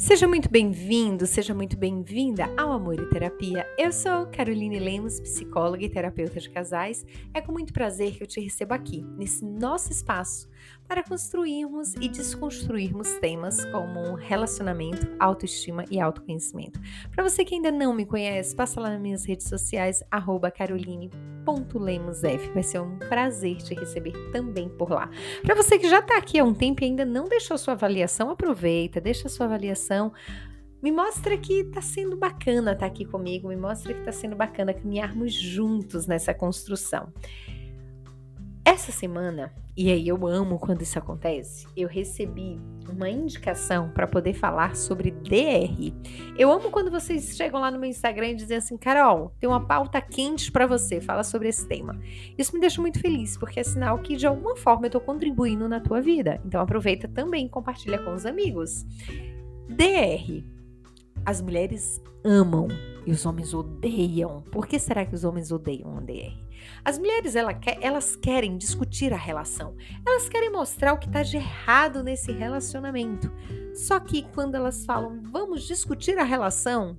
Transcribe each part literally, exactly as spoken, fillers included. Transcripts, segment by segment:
Seja muito bem-vindo, seja muito bem-vinda ao Amor e Terapia. Eu sou Caroline Lemos, psicóloga e terapeuta de casais. É com muito prazer que eu te recebo aqui, nesse nosso espaço, para construirmos e desconstruirmos temas como relacionamento, autoestima e autoconhecimento. Para você que ainda não me conhece, passa lá nas minhas redes sociais, arroba caroline ponto lemosf. Vai ser um prazer te receber também por lá. Para você que já está aqui há um tempo e ainda não deixou sua avaliação, aproveita, deixa a sua avaliação. Me mostra que está sendo bacana estar aqui comigo, me mostra que está sendo bacana caminharmos juntos nessa construção. Essa semana, e aí eu amo quando isso acontece, eu recebi uma indicação para poder falar sobre D R. Eu amo quando vocês chegam lá no meu Instagram e dizem assim: Carol, tem uma pauta quente para você, fala sobre esse tema. Isso me deixa muito feliz, porque é sinal que de alguma forma eu estou contribuindo na tua vida. Então aproveita também e compartilha com os amigos. D R. As mulheres amam e os homens odeiam. Por que será que os homens odeiam a D R? As mulheres, ela quer, elas querem discutir a relação. Elas querem mostrar o que está de errado nesse relacionamento. Só que quando elas falam, vamos discutir a relação,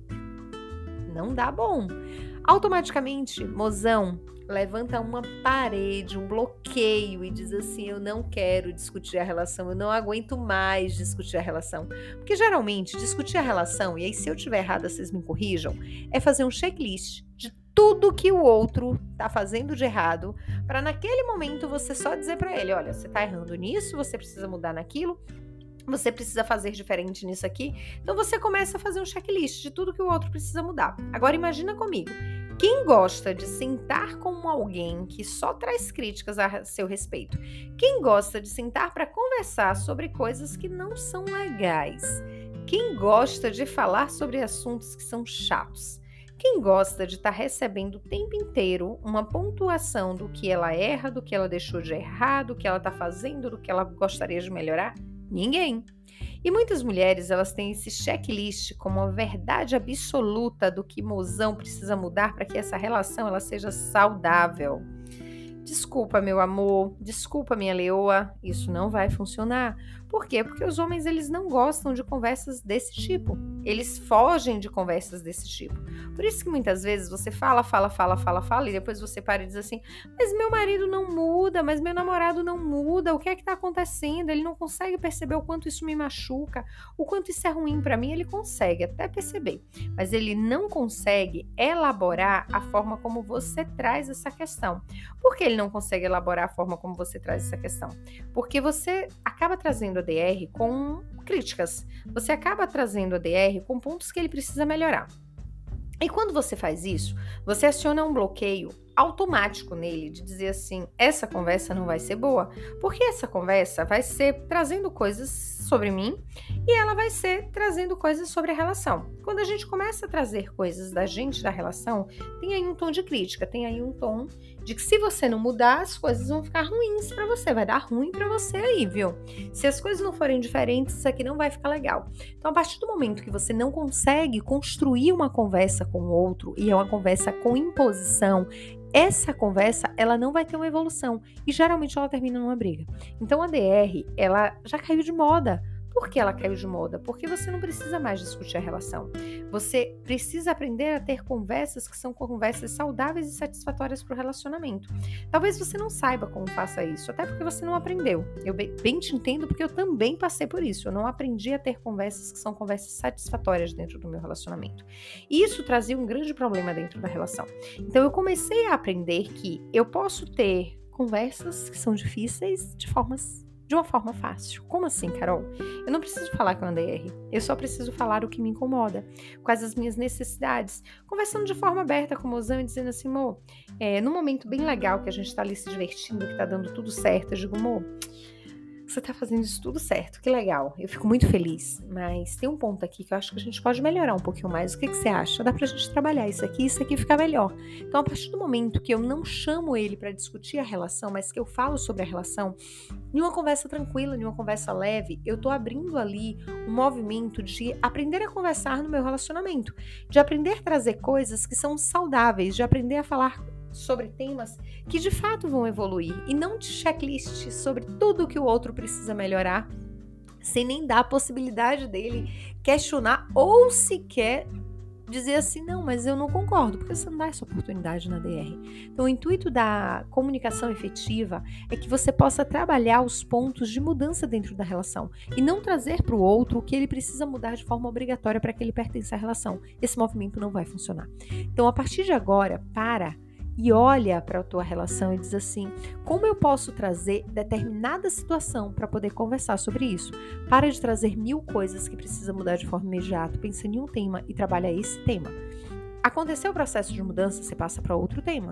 não dá bom. Automaticamente, mozão levanta uma parede, um bloqueio e diz assim: eu não quero discutir a relação, eu não aguento mais discutir a relação. Porque geralmente discutir a relação, e aí se eu estiver errada vocês me corrijam, é fazer um checklist de tudo que o outro tá fazendo de errado, para naquele momento você só dizer para ele: olha, você tá errando nisso, você precisa mudar naquilo, você precisa fazer diferente nisso aqui. Então você começa a fazer um checklist de tudo que o outro precisa mudar. Agora imagina comigo, quem gosta de sentar com alguém que só traz críticas a seu respeito? Quem gosta de sentar para conversar sobre coisas que não são legais? Quem gosta de falar sobre assuntos que são chatos? Quem gosta de estar recebendo o tempo inteiro uma pontuação do que ela erra, do que ela deixou de errar, do que ela está fazendo, do que ela gostaria de melhorar? Ninguém. E muitas mulheres, elas têm esse checklist como uma verdade absoluta do que mozão precisa mudar para que essa relação ela seja saudável. Desculpa, meu amor, desculpa, minha leoa, isso não vai funcionar. Por quê? Porque os homens, eles não gostam de conversas desse tipo. Eles fogem de conversas desse tipo. Por isso que muitas vezes você fala, fala, fala, fala, fala, e depois você para e diz assim: mas meu marido não muda, mas meu namorado não muda, o que é que está acontecendo? Ele não consegue perceber o quanto isso me machuca, o quanto isso é ruim para mim. Ele consegue até perceber, mas ele não consegue elaborar a forma como você traz essa questão. Por que ele não consegue elaborar a forma como você traz essa questão? Porque você acaba trazendo a D R com críticas, você acaba trazendo a D R com pontos que ele precisa melhorar. E quando você faz isso, você aciona um bloqueio automático nele de dizer assim: essa conversa não vai ser boa, porque essa conversa vai ser trazendo coisas sobre mim e ela vai ser trazendo coisas sobre a relação. Quando a gente começa a trazer coisas da gente, da relação, tem aí um tom de crítica, tem aí um tom de que se você não mudar, as coisas vão ficar ruins pra você, vai dar ruim pra você aí, viu? Se as coisas não forem diferentes, isso aqui não vai ficar legal. Então, a partir do momento que você não consegue construir uma conversa com o outro, e é uma conversa com imposição, essa conversa, ela não vai ter uma evolução e geralmente ela termina numa briga. Então a D R, ela já caiu de moda. Por que ela caiu de moda? Porque você não precisa mais discutir a relação. Você precisa aprender a ter conversas que são conversas saudáveis e satisfatórias para o relacionamento. Talvez você não saiba como faça isso, até porque você não aprendeu. Eu bem te entendo porque eu também passei por isso. Eu não aprendi a ter conversas que são conversas satisfatórias dentro do meu relacionamento. E isso trazia um grande problema dentro da relação. Então eu comecei a aprender que eu posso ter conversas que são difíceis de formas de uma forma fácil. Como assim, Carol? Eu não preciso falar com a D R, eu só preciso falar o que me incomoda, quais as minhas necessidades, conversando de forma aberta com o mozão e dizendo assim: amor, é, num momento bem legal que a gente tá ali se divertindo, que tá dando tudo certo, eu digo: amor, você tá fazendo isso tudo certo, que legal, eu fico muito feliz, mas tem um ponto aqui que eu acho que a gente pode melhorar um pouquinho mais. O que, que você acha? Dá pra gente trabalhar isso aqui, isso aqui ficar melhor. Então, a partir do momento que eu não chamo ele para discutir a relação, mas que eu falo sobre a relação, em uma conversa tranquila, em uma conversa leve, eu tô abrindo ali um movimento de aprender a conversar no meu relacionamento, de aprender a trazer coisas que são saudáveis, de aprender a falar sobre temas que de fato vão evoluir e não de checklist sobre tudo que o outro precisa melhorar sem nem dar a possibilidade dele questionar ou sequer dizer assim, não, mas eu não concordo, porque você não dá essa oportunidade na D R. Então, o intuito da comunicação efetiva é que você possa trabalhar os pontos de mudança dentro da relação e não trazer para o outro o que ele precisa mudar de forma obrigatória para que ele pertença à relação. Esse movimento não vai funcionar. Então, a partir de agora, para e olha para a tua relação e diz assim, como eu posso trazer determinada situação para poder conversar sobre isso? Para de trazer mil coisas que precisa mudar de forma imediata, pensa em um tema e trabalha esse tema. Aconteceu o processo de mudança, você passa para outro tema.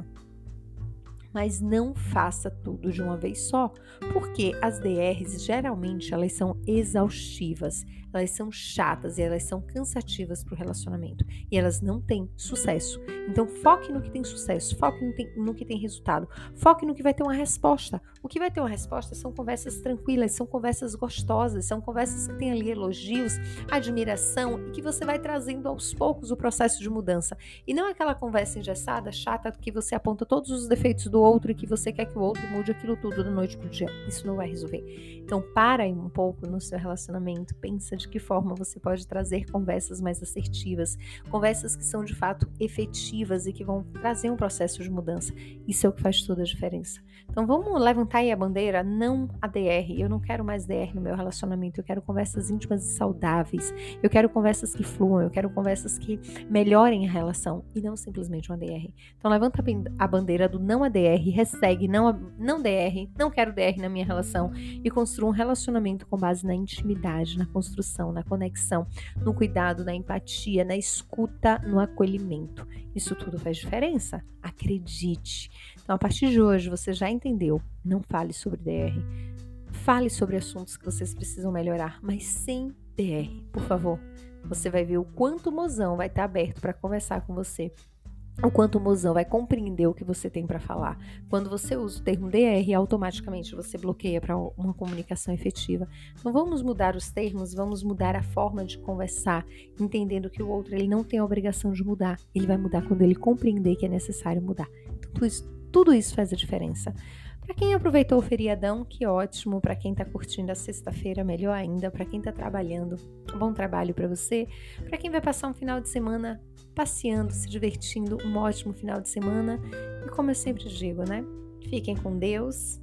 Mas não faça tudo de uma vez só, porque as D Rs geralmente elas são exaustivas, elas são chatas e elas são cansativas para o relacionamento e elas não têm sucesso. Então foque no que tem sucesso, foque no, tem, no que tem resultado, foque no que vai ter uma resposta. O que vai ter uma resposta são conversas tranquilas, são conversas gostosas, são conversas que têm ali elogios, admiração e que você vai trazendo aos poucos o processo de mudança. E não aquela conversa engessada, chata, que você aponta todos os defeitos do outro e que você quer que o outro mude aquilo tudo da noite pro dia. Isso não vai resolver. Então, para aí um pouco no seu relacionamento, pensa de que forma você pode trazer conversas mais assertivas, conversas que são de fato efetivas e que vão trazer um processo de mudança. Isso é o que faz toda a diferença. Então, vamos levantar aí a bandeira, não a D R. Eu não quero mais D R no meu relacionamento, eu quero conversas íntimas e saudáveis. Eu quero conversas que fluam, eu quero conversas que melhorem a relação e não simplesmente uma D R. Então, levanta a bandeira do não a D R, hashtag não, não D R, não quero D R na minha relação e construa um relacionamento com base na intimidade, na construção, na conexão, no cuidado, na empatia, na escuta, no acolhimento. Isso tudo faz diferença? Acredite. Então, a partir de hoje, você já entendeu. Não fale sobre D R. Fale sobre assuntos que vocês precisam melhorar, mas sem D R, por favor. Você vai ver o quanto o mozão vai estar aberto para conversar com você. O quanto o mozão vai compreender o que você tem para falar. Quando você usa o termo D R, automaticamente você bloqueia para uma comunicação efetiva. Então vamos mudar os termos, vamos mudar a forma de conversar, entendendo que o outro ele não tem a obrigação de mudar. Ele vai mudar quando ele compreender que é necessário mudar. Então, tudo isso, tudo isso faz a diferença. Para quem aproveitou o feriadão, que ótimo. Para quem está curtindo a sexta-feira, melhor ainda. Para quem está trabalhando, bom trabalho para você. Para quem vai passar um final de semana passeando, se divertindo, um ótimo final de semana. E como eu sempre digo, né? Fiquem com Deus,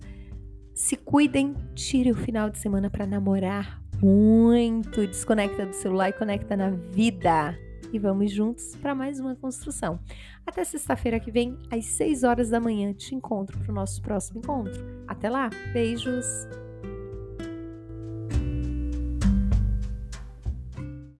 se cuidem, tire o final de semana para namorar muito. Desconecta do celular e conecta na vida. E vamos juntos para mais uma construção. Até sexta-feira que vem, às seis horas da manhã, te encontro para o nosso próximo encontro. Até lá, beijos!